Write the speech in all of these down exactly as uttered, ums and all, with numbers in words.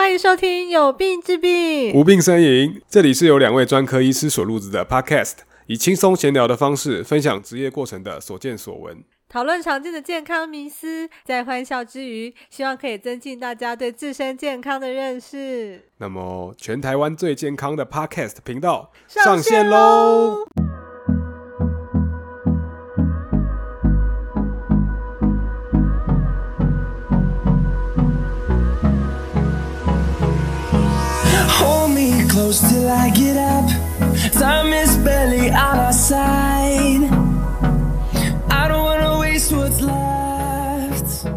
欢迎收听有病治病无病呻吟，这里是由两位专科医师所录制的 Podcast， 以轻松闲聊的方式分享职业过程的所见所闻， 讨论常见的健康迷思，在欢笑之余希望可以增进大家对自身健康的认识。 那么全台湾最健康的 Podcast 频道上线咯！ Close till I get up. Time is barely on our side. I don't wanna waste what's left.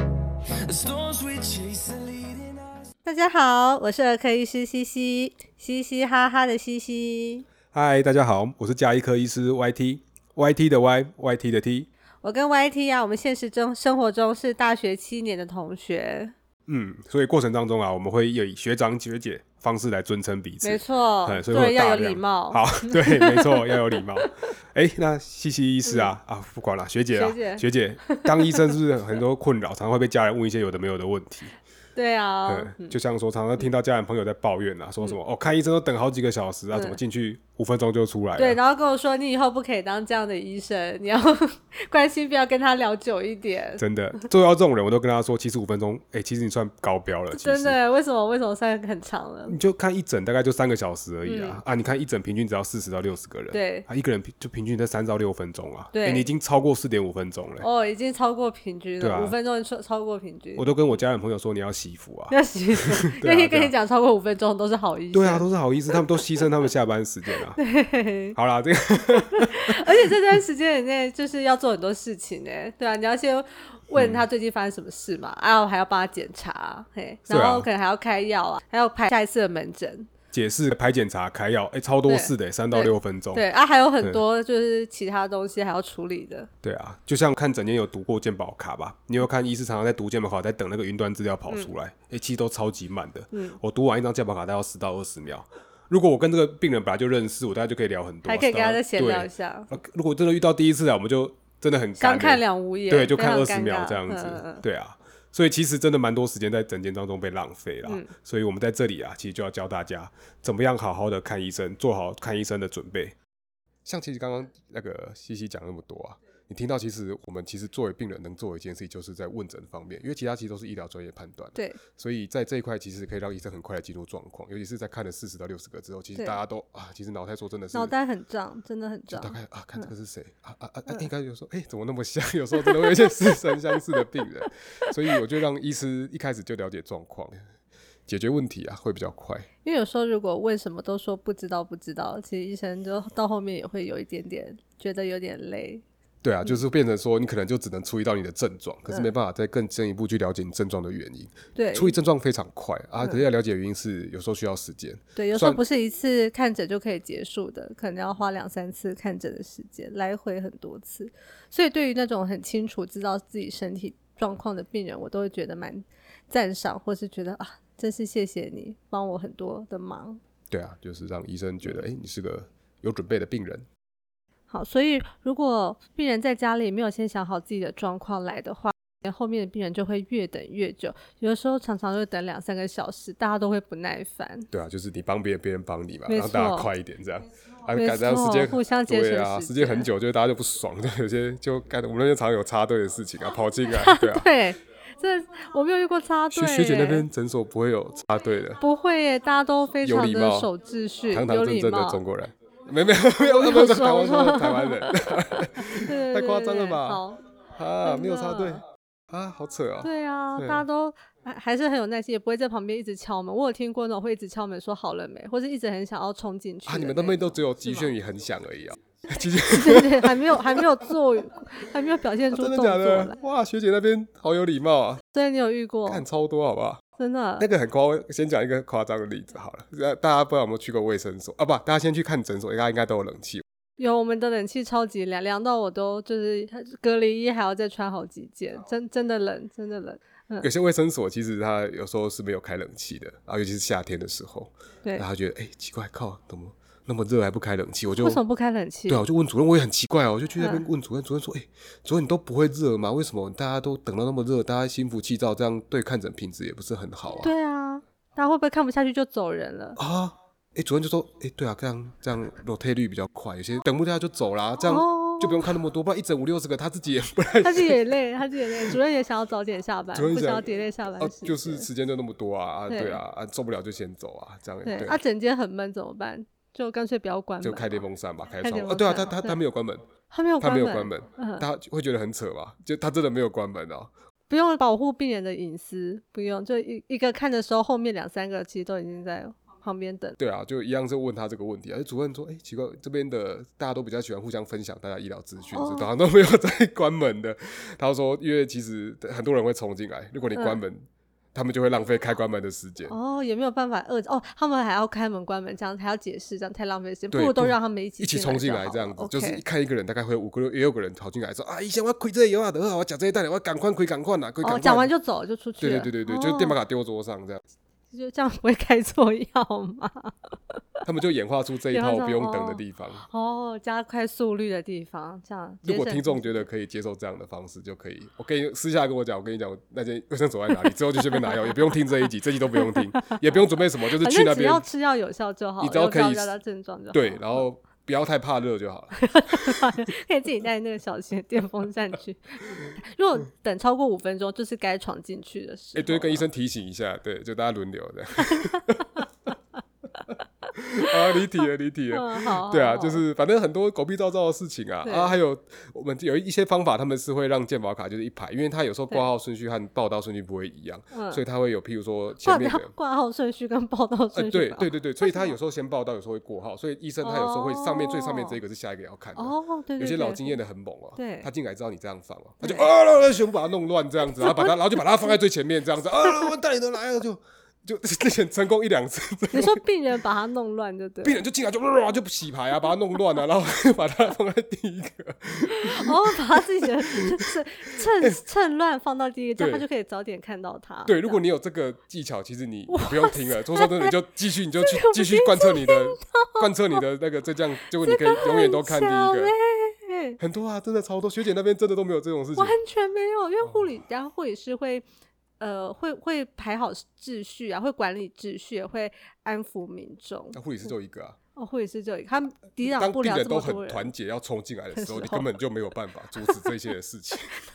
The storms we chase are leading us. 大家好，我是儿科医师西西，嘻嘻哈哈的西西。 嗨，大家好，我是家医科医师 Y T， Y T 的 Y， Y T 的 T。 我跟 Y T 啊，我们现实中生活中是大学七年的同学。 嗯，所以过程当中啊，我们会以学长学姐方式来尊称彼此， 没错， 嗯，所以会有要有礼貌。 好，对，没错，要有礼貌。哎，那西西医师啊，嗯、啊，不管了，学姐啊，学姐，学姐，当医生是不是很多困扰，常常会被家人问一些有的没有的问题？ 对啊、 嗯，就像说，常常听到家人朋友在抱怨啊，说什么、嗯、哦，看医生都等好几个小时啊，怎么进去五分钟就出来了？ 对，然后跟我说，你以后不可以当这样的医生，你要关心，不要跟他聊久一点。 真的，做到这种人，我都跟他说，其实五分钟，哎、欸，其实你算高标了。 真的，为什么？为什么算很长了？ 你就看一诊大概就三个小时而已啊、嗯、啊！你看一诊平均只要四十到六十个人， 对啊，一个人就平均在三到六分钟啊， 对、 欸，你已经超过四点五分钟了。 哦，已经超过平均了，五、啊、分钟超超过平均。 我都跟我家人朋友说，你要惜福啊， 要惜。因为跟你讲超过五分钟都是好医生， 对啊，都是好医生，他们都牺牲他们下班时间啊。对，好啦，这个， 而且这段时间内就是要做很多事情呢，对啊，你要先问他最近发生什么事嘛，然后、嗯啊、还要帮他检查，嘿，然后可能还要开药啊，还要排下一次的门诊。 解释、排检查、开药，哎、欸，超多事的，三到六分钟。 对啊，还有很多就是其他东西还要处理的。 对啊，就像看诊间有读过健保卡吧，你有看医师常常在读健保卡，在等那个云端资料跑出来，哎、嗯欸，其实都超级慢的。嗯，我读完一张健保卡大概要十到二十秒。如果我跟这个病人本来就认识，我大概就可以聊很多， 还可以跟他再闲聊一下。 如果真的遇到第一次啊，我们就真的很干， 刚看两无言， 对，就看二十秒这样子。 嗯嗯， 对啊。所以其实真的蛮多时间在诊间当中被浪费啦、嗯、所以我们在这里啊，其实就要教大家怎么样好好的看医生，做好看医生的准备。像其实刚刚那个西西讲那么多啊，你听到其实我们其实作为病人能做的一件事情，就是在问诊方面，因为其他其实都是医疗专业判断， 对， 所以在这一块其实可以让医生很快的进入状况，尤其是在看了四十到六十个之后，其实大家都啊，其实脑袋说真的是脑袋很胀，真的很胀， 大概啊，看这个是谁、嗯、啊啊啊，应该有时候哎、欸，怎么那么像？有时候真的会有一些似曾相识的病人，所以我就让医师一开始就了解状况。解决问题啊会比较快， 因为有时候如果问什么都说不知道不知道，其实医生就到后面也会有一点点觉得有点累。 对啊，就是变成说你可能就只能注意到你的症状、嗯、可是没办法再更进一步去了解你症状的原因。 对， 处理症状非常快啊、嗯、可是要了解原因是有时候需要时间。 对，有时候不是一次看诊就可以结束的，可能要花两三次看诊的时间，来回很多次。所以对于那种很清楚知道自己身体状况的病人，我都会觉得蛮赞赏，或是觉得啊真是谢谢你帮我很多的忙。对啊，就是让医生觉得哎、欸，你是个有准备的病人。 好，所以如果病人在家里没有先想好自己的状况来的话，后面的病人就会越等越久，有的时候常常会等两三个小时，大家都会不耐烦。 对啊，就是你帮别人，别人帮你嘛，让大家快一点这样。啊， 没错， 时间互相节省时间。 对啊，时间很久，就大家就不爽，就有些就干，我们那边常有插队的事情啊，跑进来，对啊。 对。这我没有遇过插队， 学姐那边诊所不会有插队的， 不会耶，大家都非常的守秩序， 堂堂正正的中国人，没没有没有没有台湾说台湾人，太夸张了吧？ 好啊，没有插队啊，好扯啊！ 对啊，大家都还是很有耐心，也不会在旁边一直敲门。我有听过那种会一直敲门说好了没，或是一直很想要冲进去。 啊，你们那边都只有极限语很响而已啊。 对对，还没有还没有做，还没有表现出动作来。 啊、真的假的？哇，学姐那边好有礼貌啊！ 对，你有遇过？ 看超多，好不好？ 真的。 那个很夸，先讲一个夸张的例子好了。大家不知道有没有去过卫生所啊？不，大家先去看诊所，大家应该都有冷气。 有，我们的冷气超级凉，凉到我都就是隔离衣还要再穿好几件，真真的冷，真的冷。嗯、 有些卫生所其实它有时候是没有开冷气的，然后尤其是夏天的时候， 对， 然后他觉得哎、欸、奇怪，靠，怎么那么热还不开冷气？我就为什么不开冷气？ 对啊，我就问主任，我也很奇怪哦，我就去那边问主任，嗯、主任说，哎、欸，主任你都不会热吗？为什么大家都等到那么热，大家心浮气躁，这样对看诊品质也不是很好啊？ 对啊。 大家会不会看不下去就走人了啊？哎、欸，主任就说，哎、欸，对啊，这样这样裸退率比较快，有些等不下就走啦，这样就不用看那么多，不然一整五六十个，他自己也不太， 他自己也累，他自己也累，主任也想要早点下班， 主任不想要 delay 下班、啊、 就是时间就那么多啊，啊对, 对啊，啊受不了就先走啊，这样对， 对啊，整间很闷怎么办？就干脆不要关门， 就开电风扇吧，开窗啊，对啊，他他他没有关门， 他没有关门， 他没有关门，嗯、他会觉得很扯吧？就他真的没有关门啊。 不用保护病人的隐私，不用，就一一个看的时候，后面两三个其实都已经在旁边等。 对啊，就一样是问他这个问题啊。主任说：“哎、欸，奇怪，这边的大家都比较喜欢互相分享大家医疗资讯，好像、哦、都没有在关门的。”他说：“因为其实很多人会冲进来，如果你关门。嗯”他们就会浪费开关门的时间哦，也没有办法遏制哦，他们还要开门关门，这样还要解释，这样太浪费时间，不如都让他们一起一起冲进来，这样子、 okay、 就是看一个人大概会有五个也有个人跑进来说啊，医生我开这个药啊，得好，我讲这一袋，我赶快开赶快啦， 哦，讲完就走就出去了，对对对对对，哦、就是电话卡丢桌上这样。 就这样不会开错药吗？ 他们就演化出这一套不用等的地方哦，哦，加快速率的地方，这样。 如果听众觉得可以接受这样的方式，就可以。我跟你私下跟我讲，我跟你讲，那间卫生所在哪里，之后就随便拿药，也不用听这一集，这一集都不用听，也不用准备什么，就是去那边只要吃药有效就好， 你只要可以有症状就好。 对，然后不要太怕热就好了。 可以自己带那个小型的电风扇去。如果等超过五分钟，就是该闯进去的时候。 哎、欸，对，跟医生提醒一下，对，就大家轮流的。啊，离题了，离题了。 嗯、好好对啊，就是反正很多狗屁倒灶的事情啊啊，还有我们有一些方法，他们是会让健保卡就是一排，因为它有时候挂号顺序和报到顺序不会一样，所以它会有譬如说前面的挂号顺序跟报到顺序、 呃，对对对对，所以他有时候先报到，有时候会过号，所以医生他有时候会上面、哦、最上面这个是下一个要看的。 哦，对对对， 有些老经验的很猛哦、啊， 对， 他进来知道你这样放哦、啊，他就啊，全部把它弄乱这样子，然后把它，然后就把它放在最前面这样子啊，我带你的来了就。就之前成功一两次， 你说病人把它弄乱就对， 病人就进来就呃就洗牌啊，把它弄乱了、啊，然后把它放在第一个， 哦，把他自己的趁趁乱放到第一个，这样他就可以早点看到他。 对，如果你有这个技巧，其实你不用听了，说说真的，你就继续，你就去继续贯彻你的贯彻你的那个，这样就你可以永远都看第一个。很多啊，真的超多，学姐那边真的都没有这种事情， 完全没有，因为护理家护理师会。呃，会会排好秩序啊，会管理秩序，会安抚民众。 那护理师就一个啊， 哦，护理师就一个，他们抵挡不了这么多人。 当病人都很团结要冲进来的时候，你根本就没有办法阻止这些的事情。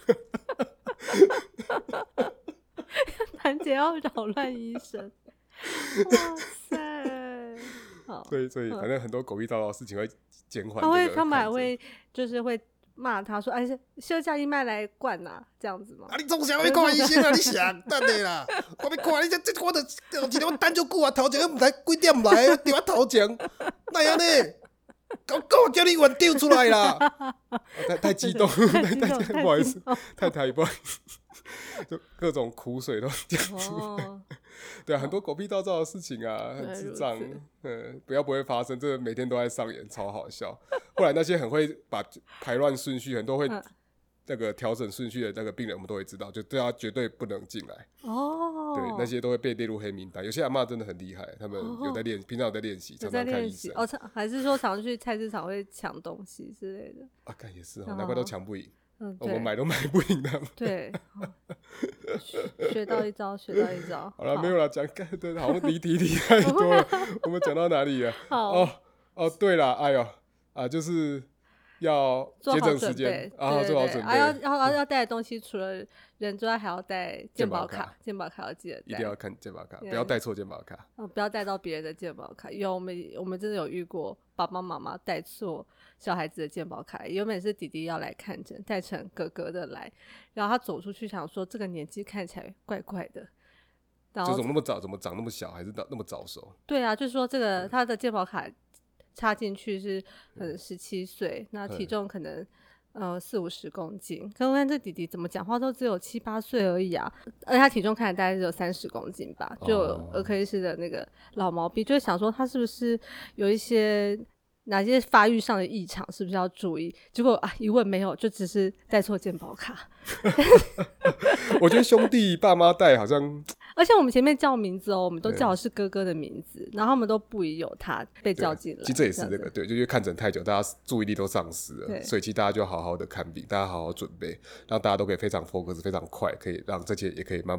团结要扰乱医生，哇塞！好， 所以所以反正很多狗屁倒灶的事情会减缓。 他会，他们还会就是会。骂他说：“哎，休假你卖来灌呐、啊，这样子吗？” 啊，你总想要看医生啊？你想，等下啦，我要看你这这我的，我今天我等足久啊，头前唔知几点来，伫我头前，那样呢？搞搞叫你院长出来啦！啊、太太激动，太太太不好意思，太太不好意思，就各种苦水都讲出来。哦、对啊，很多狗屁倒灶的事情啊，很智障。嗯，不要不会发生，这个每天都在上演，超好笑。后来那些很会把排乱顺序，很多会那个调整顺序的那个病人，我们都会知道，就对他绝对不能进来。哦，对，那些都会被列入黑名单。有些阿嬷真的很厉害，他们有在练，哦、平常有在练习，常常看医生。 哦，还是说常去菜市场会抢东西之类的？ 啊，看也是哦，难怪都抢不赢。 嗯， 我们买都买不赢他们。 对，学到一招，学到一招。 好了，没有了，讲对，好像离题离太多了。我们讲到哪里了？哦哦，对了，哎呦啊，就是要节省时间，然后做好准备。 啊，要要要带的东西，除了人之外，还要带健保卡。健保卡要记得带， 一定要看健保卡，不要带错健保卡。 哦，不要带到别人的健保卡。有我们我们真的有遇过爸爸妈妈带错小孩子的健保卡，原本是弟弟要来看诊，带成哥哥的来，然后他走出去想说这个年纪看起来怪怪的，然后这怎么那么早，怎么长那么小，还是那么早熟？ 对啊，就是说这个他的健保卡插进去是可能十七岁，那体重可能呃四五十公斤，可我看这弟弟怎么讲话都只有七八岁而已啊，而且他体重看起来大概只有三十公斤吧，就有儿科医师的那个老毛病，就会想说他是不是有一些哪些发育上的异常，是不是要注意？结果啊，一问没有，就只是带错健保卡。 我觉得兄弟爸妈带好像， 而且我们前面叫名字哦，我们都叫的是哥哥的名字，然后他们都不疑有他被叫进来。 其实这也是那个对，就因为看诊太久，大家注意力都丧失了，所以其实大家就好好的看病，大家好好准备，让大家都可以非常 focus， 非常快，可以让这些也可以慢慢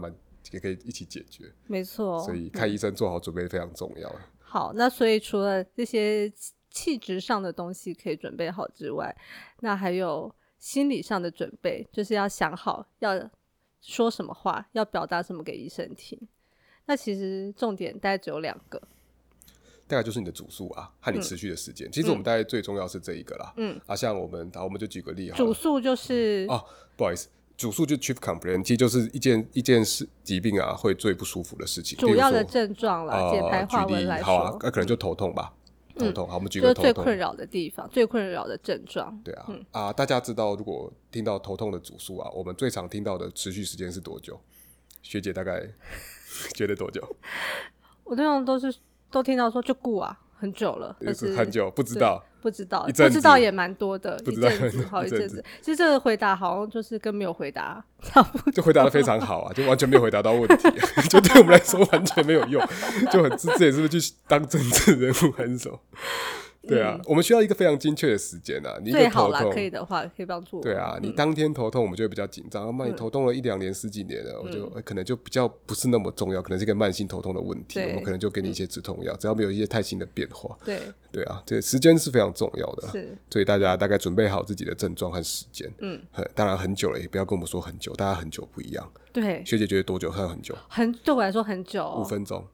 也可以一起解决。 没错， 所以看医生做好准备非常重要。 好，那所以除了这些气质上的东西可以准备好之外，那还有心理上的准备，就是要想好要说什么话，要表达什么给医生听。那其实重点大概只有两个， 大概就是你的主诉啊和你持续的时间、嗯、其实我们大概最重要是这一个啦。嗯啊，像我们我们就举个例好了， 主诉就是哦，不好意思，主诉就 chief complaint， 其实就是一件一件事疾病啊会最不舒服的事情， 主要的症状啦，简白话文来说， 好啊，那可能就头痛吧。头痛，好，我们举个头痛， 就是最困扰的地方，最困扰的症状。 对啊，嗯、啊，大家知道，如果听到头痛的主诉啊，我们最常听到的持续时间是多久？学姐大概觉得多久？ 我通常都是都听到说就顾啊，很久了， 就是很久，不知道， 不知道， 不知道也蛮多的， 不知道一阵子，好一阵子。其实这个回答好像就是跟没有回答差不多， 就回答的非常好啊，就完全没有回答到问题，就对我们来说完全没有用，就很这也是不是去当政治人物很熟？对啊、嗯，我们需要一个非常精确的时间啊。你一个头痛最好啦，可以的话可以帮助我。 对啊，你当天头痛，我们就会比较紧张。那、嗯、你头痛了一两年、十几年了，我就、嗯、可能就比较不是那么重要，可能是一个慢性头痛的问题。我们可能就给你一些止痛药、嗯，只要没有一些太新的变化。 对对啊，这时间是非常重要的。 是， 所以大家大概准备好自己的症状和时间。嗯，当然很久了，也不要跟我们说很久，大家很久不一样。 对， 学姐觉得多久算很久？ 很对我来说很久、哦， 五分钟。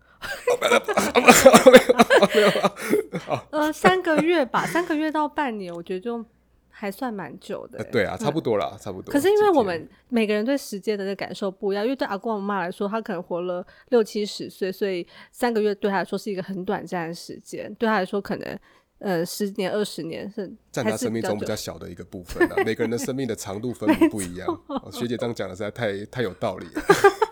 呃，三个月吧，三个月到半年，我觉得就还算蛮久的、欸呃。对啊，差不多啦、嗯，差不多。 可是因为我们每个人对时间的感受不一样，因为对阿公阿嬷来说，他可能活了六七十岁，所以三个月对他来说是一个很短暂的时间，对他来说可能呃十年、二十年是占他生命中比较小的一个部分啊。每个人的生命的长度分布不一样。哦、学姐这样讲的实在太太有道理了。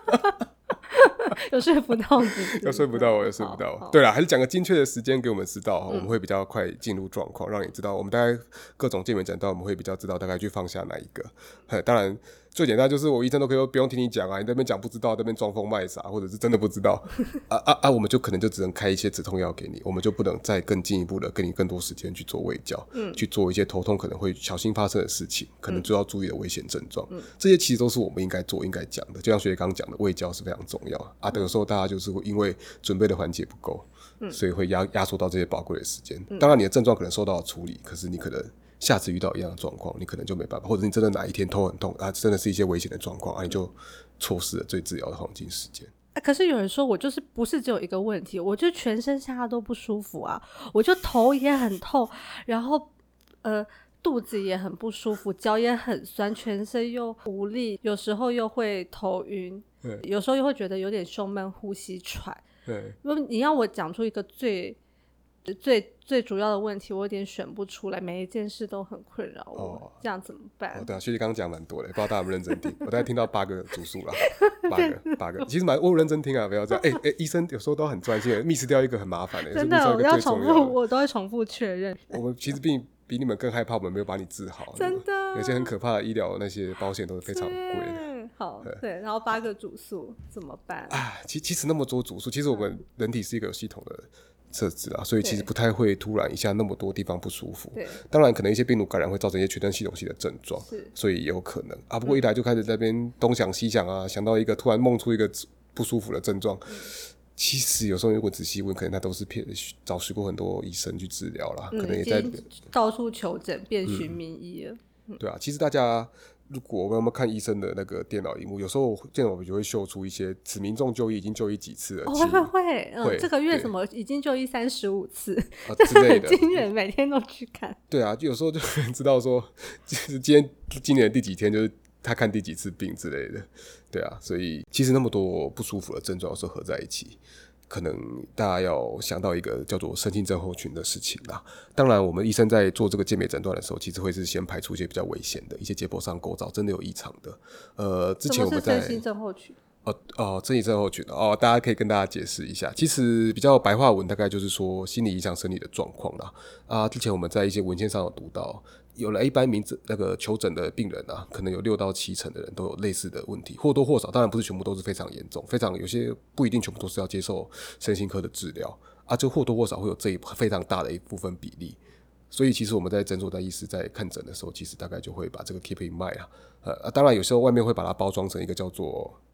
有说服到你， 有说服到我，有说服到我。对啦，还是讲个精确的时间给我们知道、嗯，我们会比较快进入状况，让你知道我们大概各种健美诊断，我们会比较知道大概去放下哪一个。当然最简单就是我医生都可以说不用听你讲啊，你那边讲不知道，那边装疯卖傻，或者是真的不知道啊啊啊，我们就可能就只能开一些止痛药给你，我们就不能再更进一步的给你更多时间去做卫教、嗯，去做一些头痛可能会小心发生的事情，可能就要注意的危险症状、嗯，这些其实都是我们应该做应该讲的，就像学姐刚刚讲的，卫教是非常重要啊。有时候大家就是会因为准备的环节不够、嗯，所以会压压缩到这些宝贵的时间、嗯。当然你的症状可能受到了处理，可是你可能下次遇到一样的状况，你可能就没办法，或者你真的哪一天头很痛啊，真的是一些危险的状况啊，你就错失了最治疗的黄金时间。 啊、可是有人说我就是不是只有一个问题，我就全身下都不舒服啊，我就头也很痛，然后呃肚子也很不舒服，脚也很酸，全身又无力，有时候又会头晕，有时候又会觉得有点胸闷、呼吸喘。对，因为你要我讲出一个最最最主要的问题，我有点选不出来，每一件事都很困扰我、哦、这样怎么办？ 哦、对啊，学姐刚刚讲蛮多的，不知道大家有没有认真听我大概听到八个主诉啦，八个八个其实蛮我认真听啊，不要这样。哎、欸欸、医生有时候都很专心 miss 掉一个很麻烦的， 真的我要重复，我都会重复确认。 我们其实比比你们更害怕我们没有把你治好， 真的有些很可怕的医疗那些保险都是非常贵的。 好，对，然后八个主诉怎么办啊？其其实那么多主诉，其实我们人体是一个有系统的设置啊，所以其实不太会突然一下那么多地方不舒服。对，当然可能一些病毒感染会造成一些全身系统性的症状，所以也有可能啊。不过一来就开始在那边东想西想啊，想到一个突然梦出一个不舒服的症状。嗯，其实有时候如果仔细问，可能他都是骗找许过很多医生去治疗啦、嗯、可能也在到处求诊，遍寻名医了、 嗯。对啊，其实大家如果我们看医生的那个电脑荧幕，有时候电脑就会秀出一些此民众就医已经就医几次了。 哦，会会会，嗯，会这个月什么已经就医三十五次、 啊、之类的， 很惊人，每天都去看。 对啊，有时候就知道说，就是今天今年的第几天，就是他看第几次病之类的。对啊，所以其实那么多不舒服的症状有时候合在一起，可能大家要想到一个叫做身心症候群的事情啦。当然我们医生在做这个健美诊断的时候，其实会是先排除一些比较危险的一些解剖上构造真的有异常的。呃，之前我们在什么是身心症候群？ 哦哦，身心症候群哦，大家可以跟大家解释一下。其实比较白话文，大概就是说心理影响生理的状况啦。啊，之前我们在一些文献上有读到，有了一般名那个求诊的病人啊，可能有六到七成的人都有类似的问题，或多或少，当然不是全部都是非常严重，非常有些不一定全部都是要接受身心科的治疗啊，就或多或少会有这一非常大的一部分比例。所以其实我们在诊所的医师在看诊的时候，其实大概就会把这个 keep in mind 啊，呃，当然有时候外面会把它包装成一个叫做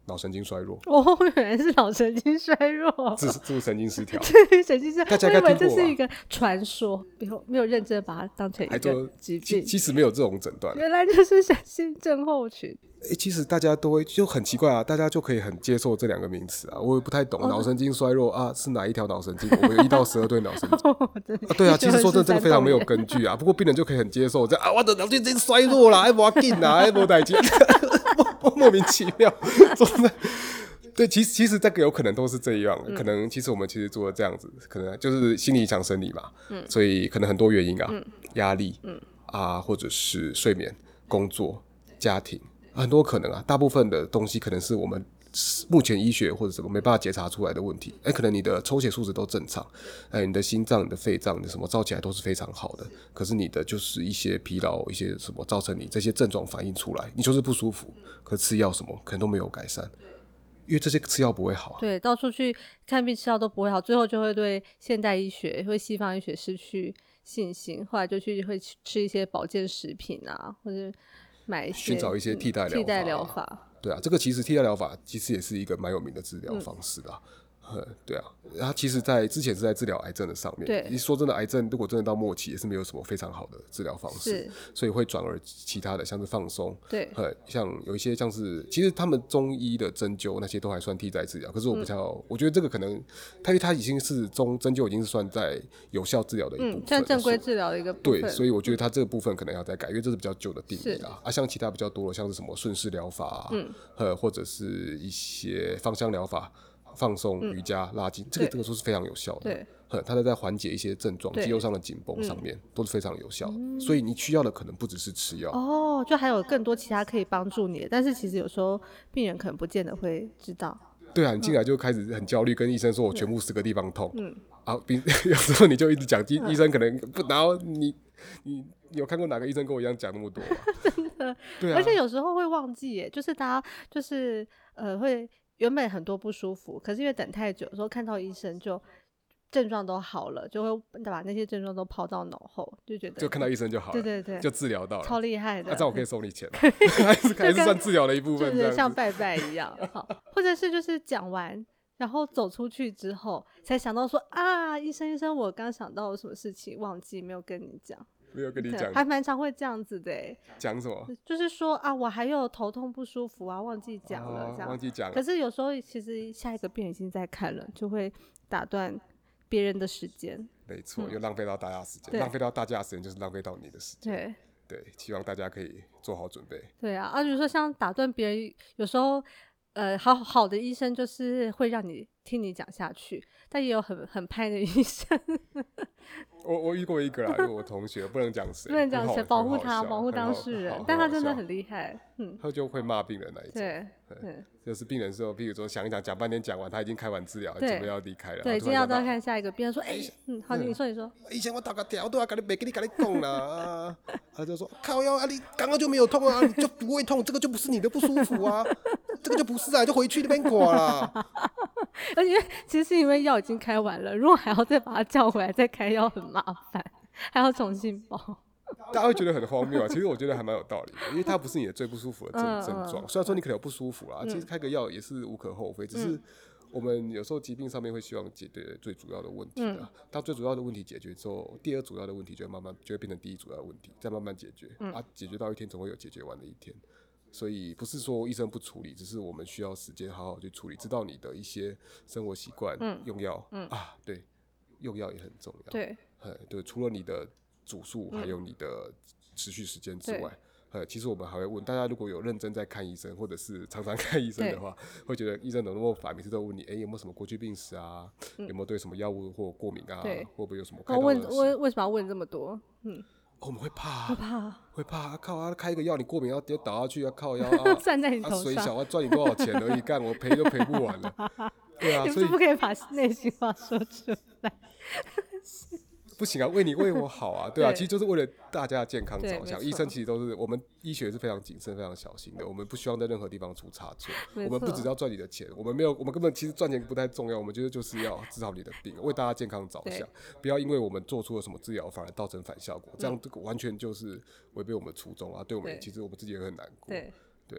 脑神经衰弱。 哦，原来是脑神经衰弱， 自自神经失调。 对，神经失调。 大家应该听过吧？ 我以为这是一个传说，没有没有认真把它当成一个疾病。 其实没有这种诊断， 原来就是神经症候群。 欸、其实大家都会就很奇怪啊，大家就可以很接受这两个名词啊。我也不太懂脑、哦、神经衰弱啊是哪一条脑神经？我们有一到十二对脑神经、哦、啊，对啊，其实说真的这个非常没有根据啊。不过病人就可以很接受这样啊，我的脑神经衰弱啦，还不要紧啦，还没代志，莫名其妙，真的。对，其实其实这个有可能都是这样、嗯，可能其实我们其实做这样子，可能就是心理影响生理嘛，嗯，所以可能很多原因啊，嗯、压力，嗯啊，或者是睡眠、工作、家庭。很多可能啊，大部分的东西可能是我们目前医学或者什么没办法检查出来的问题。哎，可能你的抽血数值都正常，哎，你的心脏、你的肺脏、你的什么照起来都是非常好的，可是你的就是一些疲劳、一些什么造成你这些症状反映出来，你就是不舒服，可是吃药什么可能都没有改善，因为这些吃药不会好、啊。 对，到处去看病吃药都不会好，最后就会对现代医学、会西方医学失去信心，后来就去会吃一些保健食品啊，或者买一些寻找一些替代疗法、啊嗯、 替代疗法。 对啊，这个其实替代疗法其实也是一个蛮有名的治疗方式啊。嗯，对啊，它其实在之前是在治疗癌症的上面。 对， 你说真的，癌症如果真的到末期，也是没有什么非常好的治疗方式，所以会转而其他的，像是放松。 对， 像有一些像是，其实他们中医的针灸那些都还算替代治疗，可是我比较、嗯，我觉得这个可能，它它已经是中针灸已经是算在有效治疗的一部分， 嗯，像正规治疗的一个部分。 对，所以我觉得它这个部分可能要再改，因为这是比较旧的定义啦。啊，像其他比较多的，像是什么顺势疗法啊，嗯，或者是一些芳香疗法。放松、瑜伽、拉筋，这个这个都是非常有效的。 对， 它在缓解一些症状、肌肉上的紧绷上面、嗯、都是非常有效的、嗯。所以你需要的可能不只是吃药哦，就还有更多其他可以帮助你的。但是其实有时候病人可能不见得会知道。 对啊，你进来就开始很焦虑，跟医生说我全部十个地方痛。嗯，啊，有时候你就一直讲，嗯、医生可能不，然后你你你有看过哪个医生跟我一样讲那么多吗？ 真的，对啊，而且有时候会忘记耶，就是大家就是呃会。原本很多不舒服，可是因为等太久，有时候看到医生就症状都好了，就会把那些症状都抛到脑后，就觉得就看到医生就好了， 对对对， 就治疗到了， 超厉害的。 那、啊、这样我可以收你钱，还是还是算治疗的一部分， 就是像拜拜一样。好，或者是就是讲完，然后走出去之后，才想到说啊，医生医生，我刚想到有什么事情忘记没有跟你讲。 没有跟你讲， 还蛮常会这样子的。 讲什么？ 就是说啊，我还有头痛不舒服啊，忘记讲了、哦、这样。 忘记讲了。 可是有时候其实下一个病人已经在看了，就会打断别人的时间。 没错，又、嗯、浪费到大家的时间，浪费到大家的时间就是浪费到你的时间。对对，希望大家可以做好准备。 对啊，啊，比如说像打断别人，有时候呃，好好的医生就是会让你听你讲下去，但也有很很派的医生。 我我遇过一个啦，因为我同学不能讲谁， 不能讲谁，保护他，保护当事人，但他真的很厉害，嗯， 他就会骂病人那一种， 对对， 就是病人说，譬如说讲一讲，讲半天讲完，他已经开完治疗，准备要离开了， 对，今天要再看下一个病人说，哎、欸，嗯，好，你说你说， 以前我打个条都要跟你没跟你跟你讲啦，他就说靠腰啊，你刚刚就没有痛啊，你就不会痛，这个就不是你的不舒服啊，这个就不是啊，就回去那边挂啦。 而且其实是因为药已经开完了，如果还要再把他叫回来再开药很麻烦，还要重新包。 大家会觉得很荒谬啊，其实我觉得还蛮有道理的，因为它不是你的最不舒服的症症状。虽然说你可能有不舒服啦，其实开个药也是无可厚非，只是我们有时候疾病上面会希望解决最主要的问题的。当最主要的问题解决之后，第二主要的问题就会慢慢就会变成第一主要的问题，再慢慢解决。啊，解决到一天总会有解决完的一天。所以不是说医生不处理，只是我们需要时间好好去处理，知道你的一些生活习惯、嗯、用药、嗯、啊，对，用药也很重要。 对， 对，除了你的主诉，还有你的持续时间之外，呃，其实我们还会问大家，如果有认真在看医生，或者是常常看医生的话，会觉得医生怎么那么烦，每次都问你，哎、欸，有没有什么过去病史啊？嗯、有没有对什么药物或过敏啊？会不会有什么开刀的事？ 我问为什么要问这么多？嗯。 哦、我们会怕、啊， 会怕， 会怕、啊，靠啊！开一个药，你过敏要直接倒下去，要靠腰啊， 算在你头上， 水小要赚你多少钱而已，干我赔都赔不完了，对啊，所以你不可以把内心话说出来， 不行啊，为你为我好啊，对啊，其实就是为了大家的健康着想。医生其实都是我们医学是非常谨慎、非常小心的，我们不希望在任何地方出差错。我们不只要赚你的钱，我们没有，我们根本其实赚钱不太重要，我们觉得就是要治好你的病，为大家健康着想，不要因为我们做出了什么治疗反而造成反效果，这样这个完全就是违背我们的初衷啊！对我们、嗯、其实我们自己也很难过，对对啊。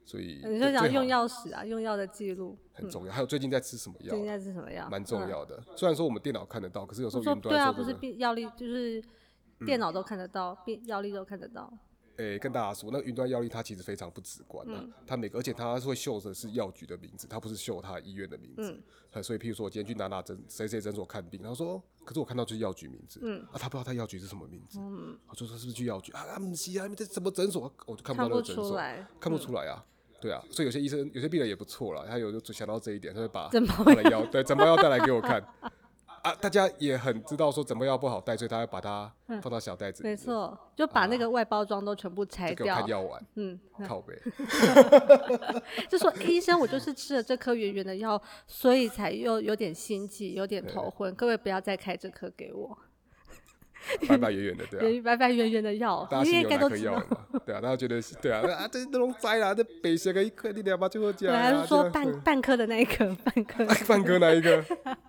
所以你就讲用药史啊，用药的记录很重要、嗯、还有最近在吃什么药， 最近在吃什么药蛮重要的、嗯、虽然说我们电脑看得到，可是有时候云端对啊，不是药力就是电脑都看得到、嗯、药力都看得到。 诶、欸，跟大家说，那个云端药力它其实非常不直观啊，嗯、它每个而且它会秀的是药局的名字，它不是秀它医院的名字。嗯、所以譬如说我今天去哪哪诊谁谁诊所看病，然后说，可是我看到就是药局名字，嗯，啊，他不知道他药局是什么名字，嗯，我就说是不是去药局啊？啊，不是啊，这什么诊所，我就看不到那个诊所，看不出来啊。对啊，所以有些医生、有些病人也不错啦，他有就想到这一点，他会把他的药，对，诊包药带来给我看。啊，大家也很知道说诊包药不好带，所以他会把它放到小袋子里、嗯。没错，就把那个外包装都全部拆掉。就给我看药丸，嗯，靠北。 就说医生，我就是吃了这颗圆圆的药，所以才又有点心悸，有点头昏。各位不要再开这颗给我。 白白圆圆的，对啊， 白白圆圆的药， 大家心有哪颗药嘛？对啊，大家觉得对啊，啊，这都拢摘啦，这白色的一颗，你两把就好吃。 对，还是说半半颗的那一颗，半颗， 半颗那一颗。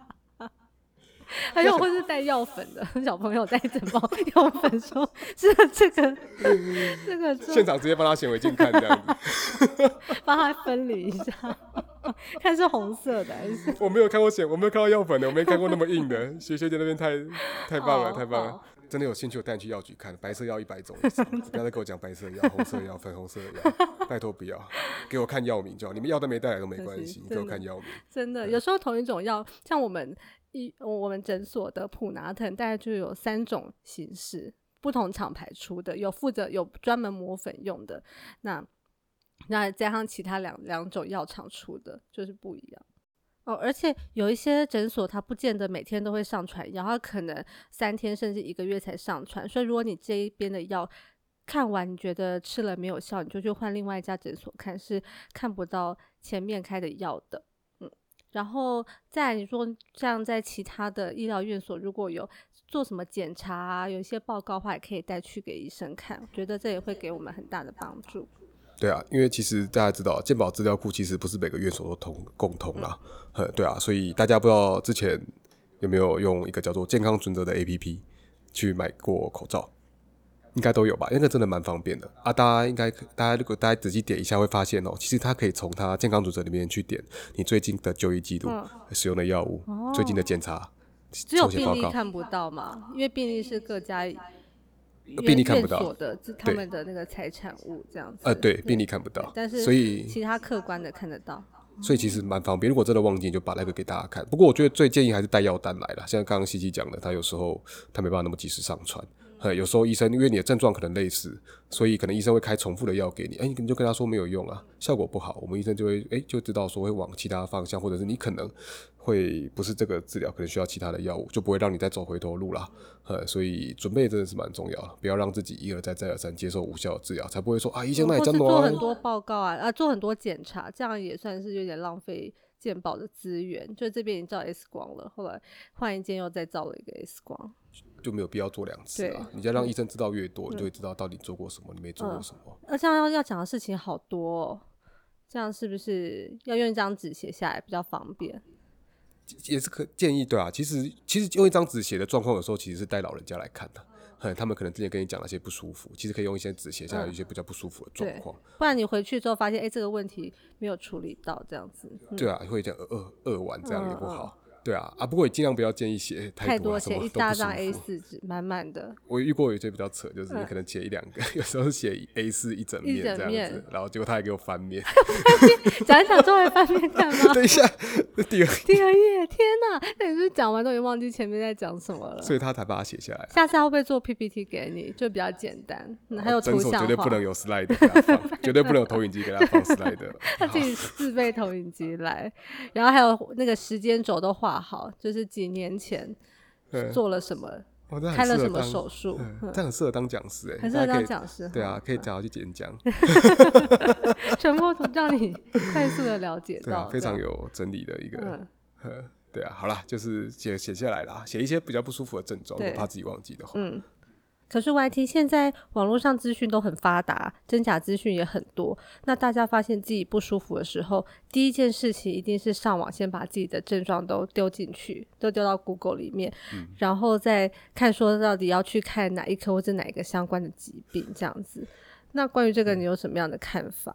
还有或是带药粉的小朋友带整包药粉说是这个这个现场直接帮他显微镜看这样子帮他分离一下看是红色的还是我没有看过显我没有看到药粉的，我没看过那么硬的学学姐那边太太棒了、哦、太棒了、哦、真的有兴趣我带你去药局看，白色药一百种以上不要再跟我讲白色药红色药粉红色药拜托不要给我看药名就好，你们药都没带来都没关系，你给我看药名。 真的有时候同一种药像我们一我们诊所的普拿疼大概就有三种形式，不同厂牌出的，有负责有专门磨粉用的，那那加上其他两两种药厂出的就是不一样哦。而且有一些诊所它不见得每天都会上传药，它可能三天甚至一个月才上传，所以如果你这一边的药看完你觉得吃了没有效，你就去换另外一家诊所看，是看不到前面开的药的。然后再来你说像在其他的医疗院所如果有做什么检查啊，有一些报告的话也可以带去给医生看，我觉得这也会给我们很大的帮助。 对啊，因为其实大家知道健保资料库其实不是每个院所都通共通啦、嗯、对啊，所以大家不知道之前有没有用一个叫做健康存折的 A P P 去买过口罩，应该都有吧，那个真的蛮方便的啊！大家应该，大家如果大家仔细点一下会发现哦，其实它可以从它健康存折里面去点你最近的就医记录、嗯、使用的药物、哦、最近的检查， 只有病历看不到嘛？因为病历是各家病历看不到的，他们的那个财产物这样子。 呃，对，病历看不到， 但是所以其他客观的看得到。 所以其实蛮方便，如果真的忘记你就把那个给大家看。不过我觉得最建议还是带药单来啦，像刚刚西西讲的，他有时候他没办法那么及时上传。有时候医生因为你的症状可能类似，所以可能医生会开重复的药给你，哎，你就跟他说没有用啊，效果不好，我们医生就会哎就知道说会往其他方向，或者是你可能会不是这个治疗，可能需要其他的药物，就不会让你再走回头路啦。呃，所以准备真的是蛮重要的，不要让自己一而再再而三接受无效的治疗，才不会说啊医生那也真的做很多报告啊，啊做很多检查，这样也算是有点浪费健保的资源。就这边已经照 X 光了，后来换一间又再照了一个 X 光。 就没有必要做两次啊！你再让医生知道越多、嗯，你就会知道到底做过什么，你没做过什么。 嗯、而这样要讲的事情好多哦，这样是不是要用一张纸写下来比较方便？ 也是可建议对啊。其实其实用一张纸写的状况，有时候其实是带老人家来看的。嗯，他们可能之前跟你讲那些不舒服，其实可以用一些纸写下来，有一些比较不舒服的状况、嗯。 不然你回去之后发现，哎，这个问题没有处理到，这样子。嗯、 对啊，会这样扼扼腕，这样也不好。嗯嗯对啊，啊，不过也尽量不要建议写太多， 写一大张 A 四 纸，满满的。 我遇过有些比较扯，就是你可能写一两个，嗯、有时候写 A 四 一整面这样子，然后结果他还给我翻面。 讲一讲之后还翻面干嘛？ 等一下，第二第二页，天哪！那你是讲完都已经忘记前面在讲什么了， 所以他才把它写下来。 下次他会不会做 P P T 给你，就比较简单，嗯、还有图像化。 绝对不能有 slide 给他放，绝对不能有投影机给他放 slide。 他自己自备投影机来，然后还有那个时间轴都画好，就是几年前做了什么， 哦、 开了什么手术， 这样很适合当讲师哎， 很适合当讲师。 对啊，可以找他去演讲， 全部都让你快速的了解到， 对啊，非常有整理的一个。嗯、对啊，好啦，就是写写下来啦，写一些比较不舒服的症状，怕自己忘记的话。嗯。 可是 Y T 现在网络上资讯都很发达，真假资讯也很多，那大家发现自己不舒服的时候，第一件事情一定是上网先把自己的症状都丢进去，都丢到 Google 里面、嗯、然后再看说到底要去看哪一科或者哪一个相关的疾病这样子。那关于这个你有什么样的看法？ 其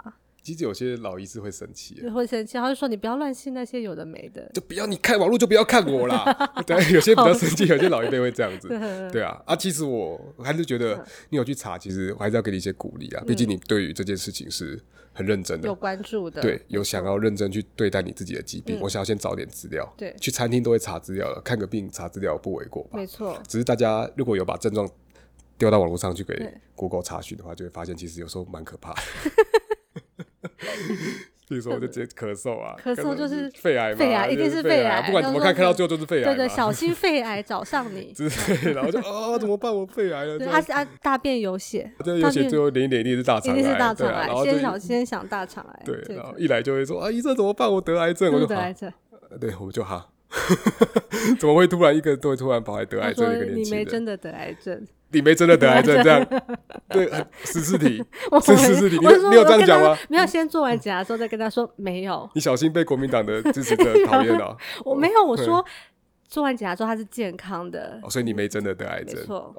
其实有些老医师会生气， 会生气，他就说你不要乱信那些有的没的， 就不要你看网络就不要看我啦。对，有些比较生气，有些老一辈会这样子。对啊，啊，其实我还是觉得你有去查，其实我还是要给你一些鼓励啊。毕竟你对于这件事情是很认真的， 有关注的， 对，有想要认真去对待你自己的疾病。嗯、我想要先找点资料， 对， 去餐厅都会查资料了，看个病查资料不为过吧？ 没错。 只是大家如果有把症状丢到网络上去给 Google 查询的话，就会发现其实有时候蛮可怕的。比如说我就直接咳嗽啊， 咳嗽就是肺癌嘛， 肺癌一定是肺癌， 不管怎么看，看到最后就是肺癌。 对对，小心肺癌找上你。 对，然后就啊怎么办？我肺癌了。 对，他他大便有血， 对，有血最后连一连一定是大肠癌， 一定是大肠癌。 啊、 先想先想大肠癌。 对，然后一来就会说啊，医生怎么办？我得癌症，我就得癌症。 对，我们就哈，怎么会突然一个都会突然跑来得癌症的一个年轻人？ 你没真的得癌症。 你没真的得癌症，这样对十四题，是十四题，你你有这样讲吗？ 没有，先做完检查之后再跟他说没有。 你小心被国民党的支持者讨厌哦。 我没有，我说做完检查之后他是健康的， 哦、所以你没真的得癌症。 没错。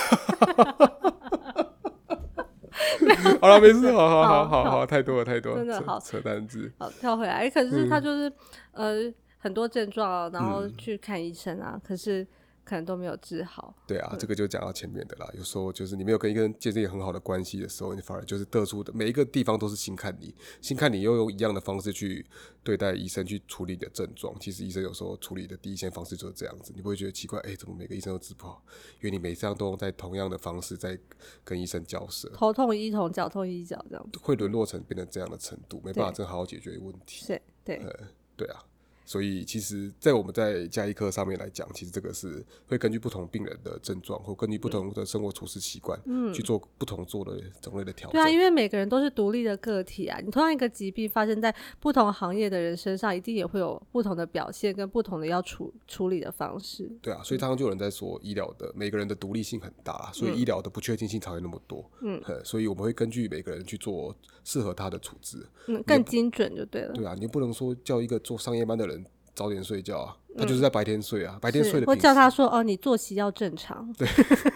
好了，没事，好好好好好，太多了太多了， 真的好扯单字。 好，跳回来，可是他就是、嗯、呃很多症状，然后去看医生啊，嗯、可是。可能都没有治好。 对啊，这个就讲到前面的啦。有时候就是你没有跟一个人建立很好的关系的时候，你反而就是得出的每一个地方都是心看你，心看你又用一样的方式去对待医生去处理你的症状。其实医生有时候处理的第一线方式就是这样子，你不会觉得奇怪，哎、欸，怎么每个医生都治不好？因为你每次都用在同样的方式在跟医生交涉， 头痛医头，脚痛医脚，这样会沦落成变成这样的程度，没办法真好好解决问题。 对对、 呃，对啊。所以其实在我们在家医科上面来讲，其实这个是会根据不同病人的症状或根据不同的生活处事习惯、嗯、去做不同做的种类的调整。 对啊，因为每个人都是独立的个体啊，你同样一个疾病发生在不同行业的人身上，一定也会有不同的表现跟不同的要 处, 处理的方式。 对啊，所以常常就有人在说医疗的每个人的独立性很大，所以医疗的不确定性才会那么多。嗯，所以我们会根据每个人去做适合他的处置， 嗯，更精准就对了。 对啊，你不能说叫一个做商业班的人早点睡觉啊，他就是在白天睡啊，嗯、白天睡的。 我叫他说哦，你作息要正常。对。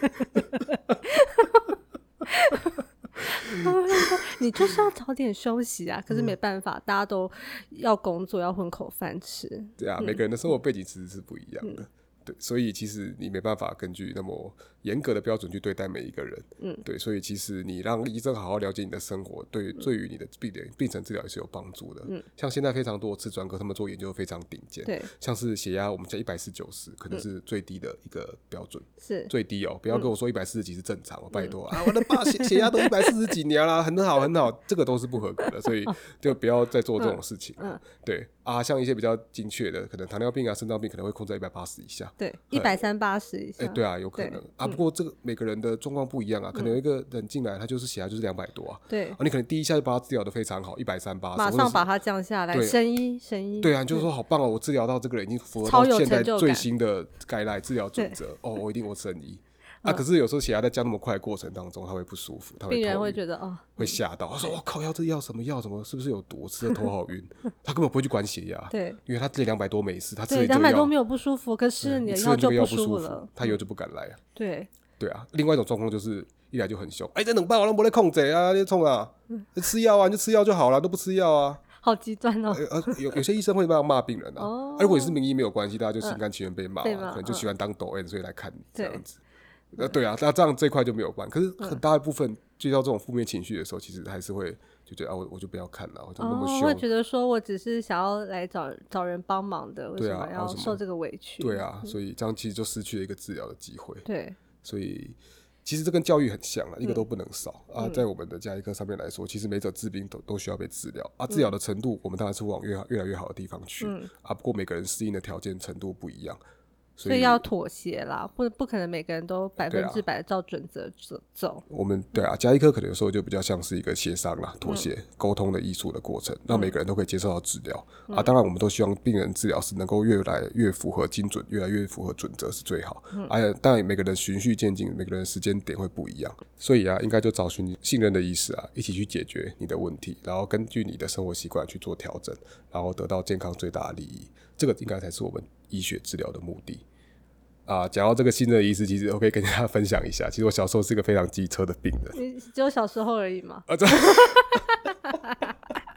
你就是要早点休息啊，可是没办法、嗯、大家都要工作要混口饭吃。 对啊、嗯、每个人的生活背景其实是不一样的、嗯、对，所以其实你没办法根据那么严格的标准去对待每一个人。嗯，对，所以其实你让医生好好了解你的生活，对对于你的病人病程治疗也是有帮助的。嗯，像现在非常多的次专科他们做研究非常顶尖，对，像是血压我们讲一百四十九十可能是最低的一个标准，是最低哦，不要跟我说一百四十几是正常、哦嗯、拜托啊，我的爸血血压都一百四十几年啦，很好很好，这个都是不合格的，所以就不要再做这种事情。嗯，嗯对啊，像一些比较精确的，可能糖尿病啊、肾脏病可能会控制在一百八十以下， 对，一百三八十以下、 欸，对啊，有可能啊。不过这个每个人的状况不一样啊，可能有一个人进来，他就是血压就是两百多啊，对啊，你可能第一下就把他治疗的非常好，一百三八， 马上把它降下来，神医神医， 对啊，你就是说好棒哦，我治疗到这个人已经符合到现在最新的概赖治疗准则，哦，我一定我神医。啊！可是有时候血压在降那么快的过程当中，他会不舒服，他会病人会觉得哦， 会吓到。他说：“我、哦、靠，药这药什么药？什么是不是有毒？吃的头好晕。”他根本不会去管血压，对，因为他这两百多没事，他吃了两百多没有不舒服，可是你的药就不舒服了， 他以后就不敢来啊。 对对啊，另外一种状况就是一来就很凶，哎、欸，这两百我都没在控制啊，你冲啊，你吃药啊，你就吃药就好了，都不吃药啊。 好极端哦！ 呃，有有些医生会这样骂病人啊。哦、啊如果你是名医没有关系，大家就心甘情愿被骂、啊，嗯、可能就喜欢当抖 M， 所以来看你这样子。呃，对啊，那这样这块就没有办。可是很大一部分遇到这种负面情绪的时候，其实还是会就觉得啊，我我就不要看了，我就那么凶。 哦，会觉得说我只是想要来找找人帮忙的，为什么要受这个委屈？ 对啊，所以这样其实就失去了一个治疗的机会。 对， 所以其实这跟教育很像了，一个都不能少、嗯、啊。在我们的家医科上面来说，其实每者治病都都需要被治疗啊。治疗的程度，我们当然是往越越来越好的地方去、嗯、啊。不过每个人适应的条件程度不一样。 所 以, 所以要妥协啦，不不可能每个人都百分之百照准则走。 我们对啊，家医科可能有时候就比较像是一个协商啦、妥协、嗯、沟通的艺术的过程，让每个人都可以接受到治疗、嗯、啊。当然，我们都希望病人治疗是能够越来越符合精准，越来越符合准则是最好。嗯，而且当然每个人循序渐进，每个人时间点会不一样，所以啊，应该就找寻信任的医师啊，一起去解决你的问题，然后根据你的生活习惯去做调整，然后得到健康最大的利益。这个应该才是我们医学治疗的目的。啊，讲到这个信任的医师，其实我可以跟大家分享一下。其实我小时候是一个非常机车的病人。 你只有小时候而已吗？啊，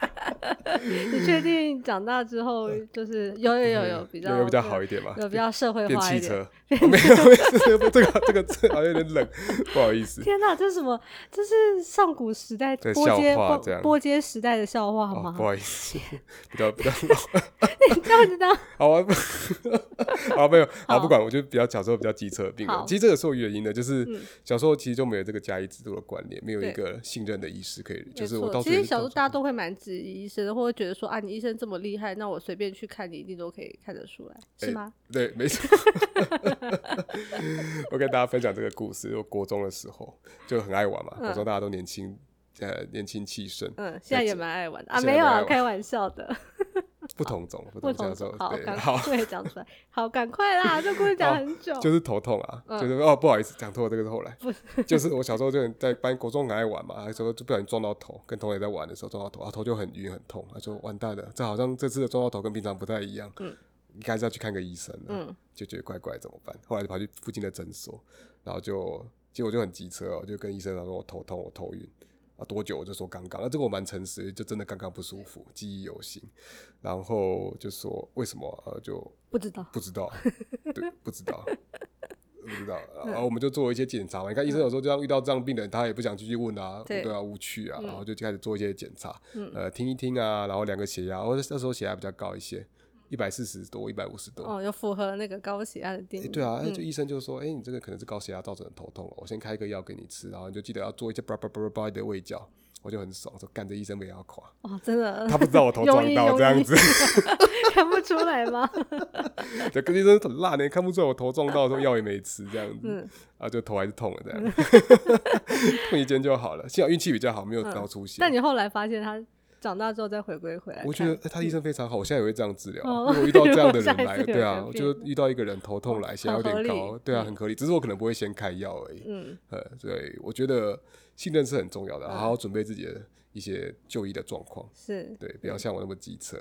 你确定长大之后就是有有有有比较有比较好一点吗？ 有比较社会变化一点？ 汽车？哦、没有，没有，这个这个这个这个好像有点冷，不好意思。 天哪，这是什么？这是上古时代波街波波街时代的笑话吗？ 哦、不好意思，比较比较老。 你这样子的。 好啊，好没有好，不管，我就比较小时候比较机车的病人。其实这个是有原因的，就是小时候其实就没有这个家医制度的观念，没有一个信任的医师可以，就是我到其实小时候大家都会蛮质疑医生的，或者觉得说啊，你医生这么厉害，那我随便去看你一定都可以看得出来，是吗？ 欸、对，没错。我跟大家分享这个故事，我国中的时候就很爱玩嘛，国中大家都年轻，呃，年轻气盛， 嗯，现在也蛮爱玩的啊，没有啊，开玩笑的。 不同种，不同种， 好，赶快讲出来，好，赶快啦！这故事讲很久， 就是头痛啊，嗯、就是哦，不好意思，讲错了，这个是后来，就是我小时候就在班国中很爱玩嘛，那时候就不小心撞到头，跟同学在玩的时候撞到头，啊，头就很晕很痛，他说完蛋了，这好像这次的撞到头跟平常不太一样，嗯，应该是要去看个医生了，嗯，就觉得怪怪怎么办？后来就跑去附近的诊所，然后就结果就很机车哦，就跟医生说我头痛，我头晕。啊，多久我就说刚刚，那这个我蛮诚实，就真的刚刚不舒服，记忆犹新。然后就说为什么，呃，就不知道， 不知道，对，不知道，不知道。然后我们就做了一些检查嘛。你看医生有时候这样遇到这样病人，他也不想继续问啊，对啊，无趣啊，然后就开始做一些检查，嗯、呃，听一听啊，然后量个血压，或者那时候血压比较高一些。一百四十多，一百五十多， 哦，有符合那个高血压的定义。 欸、对啊，嗯、就医生就说，哎、欸，你这个可能是高血压造成的头痛，我先开一个药给你吃，然后你就记得要做一些叭叭叭叭的胃教。我就很爽，说干这医生不要垮。 哦，真的， 他不知道我头撞到这样子， 看不出来吗？ 对，跟医生很烂呢，看不出来我头撞到，说药也没吃这样子，嗯，啊，就头还是痛了这样，痛一间就好了。幸好运气比较好，没有高出血。 嗯、但你后来发现他长大之后再回归回来， 我觉得、欸、他医生非常好，我现在也会这样治疗、哦。如果遇到这样的人来，对啊，我就遇到一个人头痛来，血压有点高，对啊，很合理。只是我可能不会先开药而已。嗯，呃，所以我觉得信任是很重要的，好好准备自己的一些就医的状况， 是对，不要像我那么机车。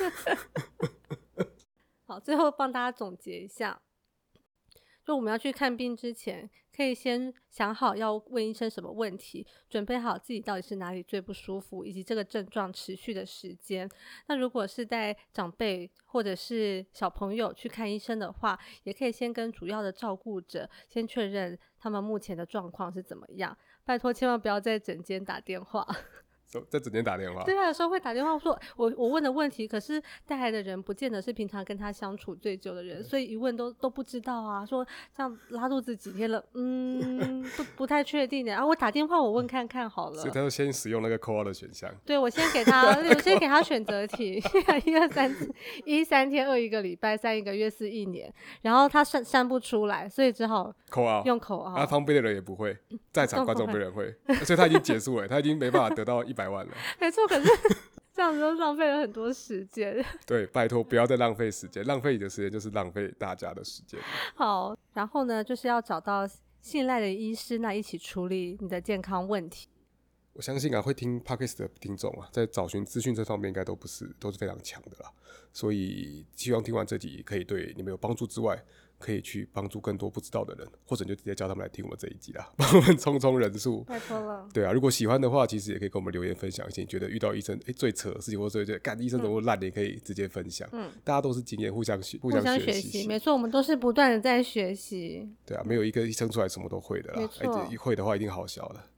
好，最后帮大家总结一下。就我们要去看病之前，可以先想好要问医生什么问题，准备好自己到底是哪里最不舒服，以及这个症状持续的时间。那如果是带长辈或者是小朋友去看医生的话，也可以先跟主要的照顾者先确认他们目前的状况是怎么样。拜托千万不要在诊间打电话。 在整天打电话， 对啊，有时候会打电话说我我问的问题，可是带来的人不见得是平常跟他相处最久的人，所以一问都都不知道啊。说这样拉肚子几天了，嗯，不不太确定的啊。我打电话我问看看好了。 所以他就先使用那个 call 的选项。 对，我先给他，我先给他选择题，一二三一三天，二一个礼拜，三一个月，四一年。然后他算算不出来，所以只好口号用口号。 啊，旁边的人也不会，在场观众没人会，所以他已经结束了，他已经没办法得到一百。 没错，可是这样子就浪费了很多时间。 对，拜托不要再浪费时间，浪费你的时间就是浪费大家的时间。 好，然后呢，就是要找到信赖的医师，那一起处理你的健康问题。 我相信啊，会听 Podcast 的听众啊，在找寻资讯这方面应该都不是都是非常强的啦，所以希望听完这集可以对你们有帮助之外，可以去帮助更多不知道的人，或者你就直接叫他们来听我们这一集啦，帮我们冲冲人数。 拜托了。 对啊，如果喜欢的话，其实也可以跟我们留言分享一些你觉得遇到医生哎最扯的事情，或者觉得干医生怎么烂的，也可以直接分享。嗯，大家都是经验，互相学，互相学习。没错，我们都是不断的在学习。 对啊，没有一个医生出来什么都会的啦。 没错， 欸、会的话一定好小了。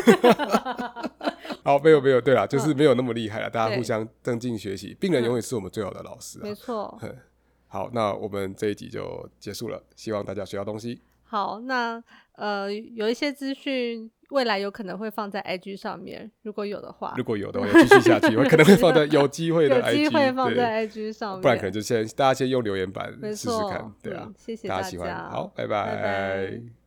好，没有没有，对啦，就是没有那么厉害啦，大家互相增进学习，病人永远是我们最好的老师啊。 没错。 好，那我们这一集就结束了，希望大家学到东西。 好，那呃有一些资讯未来有可能会放在 I G 上面，如果有的话， 如果有的话，继续下去，可能会放在有机会的 I G， 有机会放在 I G 上面， 不然可能就先大家先用留言板试试看，对啊， 嗯、谢谢大家喜欢，好，拜拜。 拜拜。